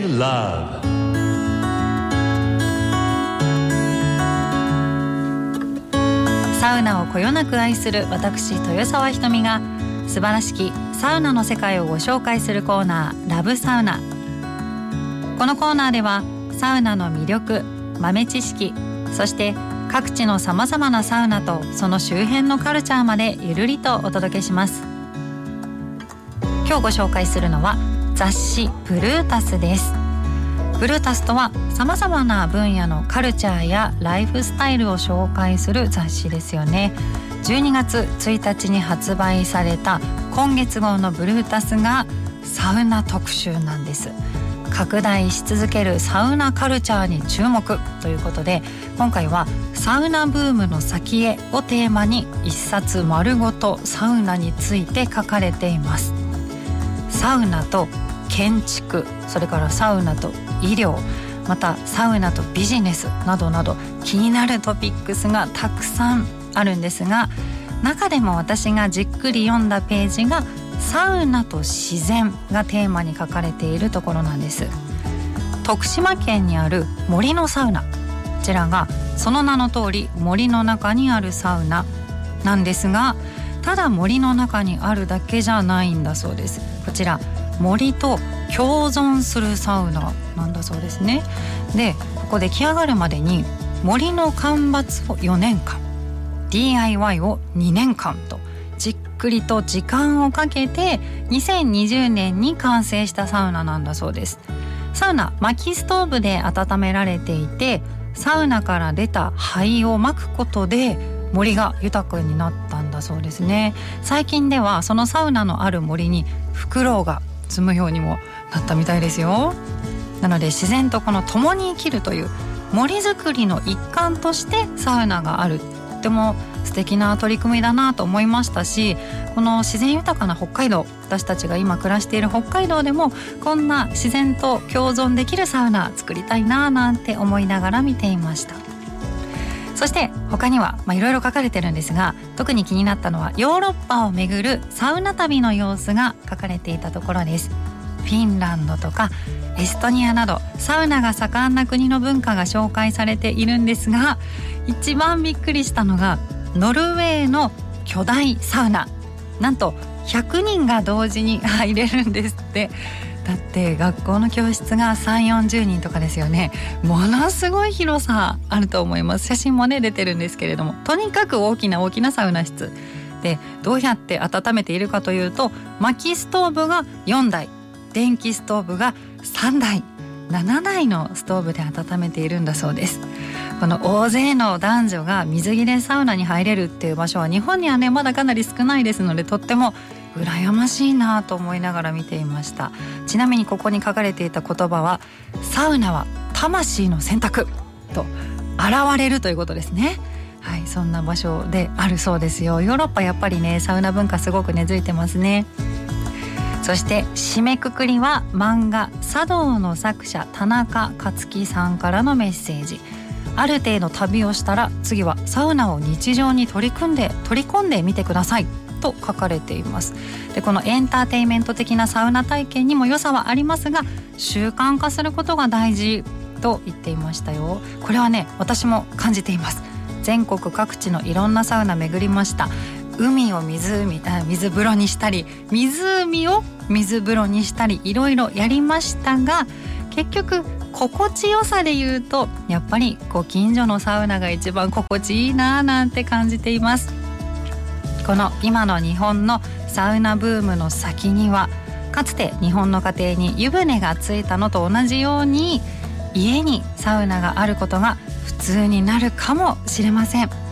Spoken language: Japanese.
love。 サウナをこよなく愛する私豊沢ひとみが素晴らしきサウナの世界をご紹介するコーナー、ラブサウナ。このコーナーではサウナの魅力、豆知識、そして各地のさまざまなサウナとその周辺のカルチャーまでゆるりとお届けします。今日ご紹介するのは雑誌ブルータスです。ブルータスとはさまざまな分野のカルチャーやライフスタイルを紹介する雑誌ですよね。12月1日に発売された今月号のブルータスがサウナ特集なんです。拡大し続けるサウナカルチャーに注目ということで、今回はサウナブームの先へをテーマに一冊丸ごとサウナについて書かれています。サウナと建築、それからサウナと医療、またサウナとビジネスなどなど気になるトピックスがたくさんあるんですが、中でも私がじっくり読んだページがサウナと自然がテーマに書かれているところなんです。徳島県にある森のサウナ、こちらがその名の通り森の中にあるサウナなんですが、ただ森の中にあるだけじゃないんだそうです。こちら森と共存するサウナなんだそうですね。で、ここ出来上がるまでに森の間伐を4年間 DIY を2年間とじっくりと時間をかけて2020年に完成したサウナなんだそうです。サウナ、薪ストーブで温められていて、サウナから出た灰をまくことで森が豊かになったんだそうですね。最近ではそのサウナのある森にフクロウが住むようにもなったみたいですよ。なので自然とこの共に生きるという森づくりの一環としてサウナがある、とても素敵な取り組みだなと思いましたし、この自然豊かな北海道、私たちが今暮らしている北海道でもこんな自然と共存できるサウナ作りたいななんて思いながら見ていました。そして他にはいろいろ書かれてるんですが、特に気になったのはヨーロッパを巡るサウナ旅の様子が書かれていたところです。フィンランドとかエストニアなどサウナが盛んな国の文化が紹介されているんですが、一番びっくりしたのがノルウェーの巨大サウナ、なんと100人が同時に入れるんですって。だって学校の教室が3、40人とかですよね。ものすごい広さあると思います。写真もね出てるんですけれども、とにかく大きなサウナ室で、どうやって温めているかというと、薪ストーブが4台、電気ストーブが3台、7台のストーブで温めているんだそうです。この大勢の男女が水着でサウナに入れるっていう場所は日本にはねまだかなり少ないですので、とっても羨ましいなと思いながら見ていました。ちなみにここに書かれていた言葉は、サウナは魂の選択と現れるということですね。はい、そんな場所であるそうですよ。ヨーロッパやっぱりねサウナ文化すごく根付いてますね。そして締めくくりは漫画茶道の作者田中克樹さんからのメッセージ。ある程度旅をしたら次はサウナを日常に取り込んでみてくださいと書かれています。で、このエンターテインメント的なサウナ体験にも良さはありますが、習慣化することが大事と言っていましたよ。これはね私も感じています。全国各地のいろんなサウナ巡りました。海を水風呂にしたり、湖を水風呂にしたり、いろいろやりましたが、結局心地よさで言うとやっぱりご近所のサウナが一番心地いいななんて感じています。この今の日本のサウナブームの先には、かつて日本の家庭に湯船がついたのと同じように家にサウナがあることが普通になるかもしれません。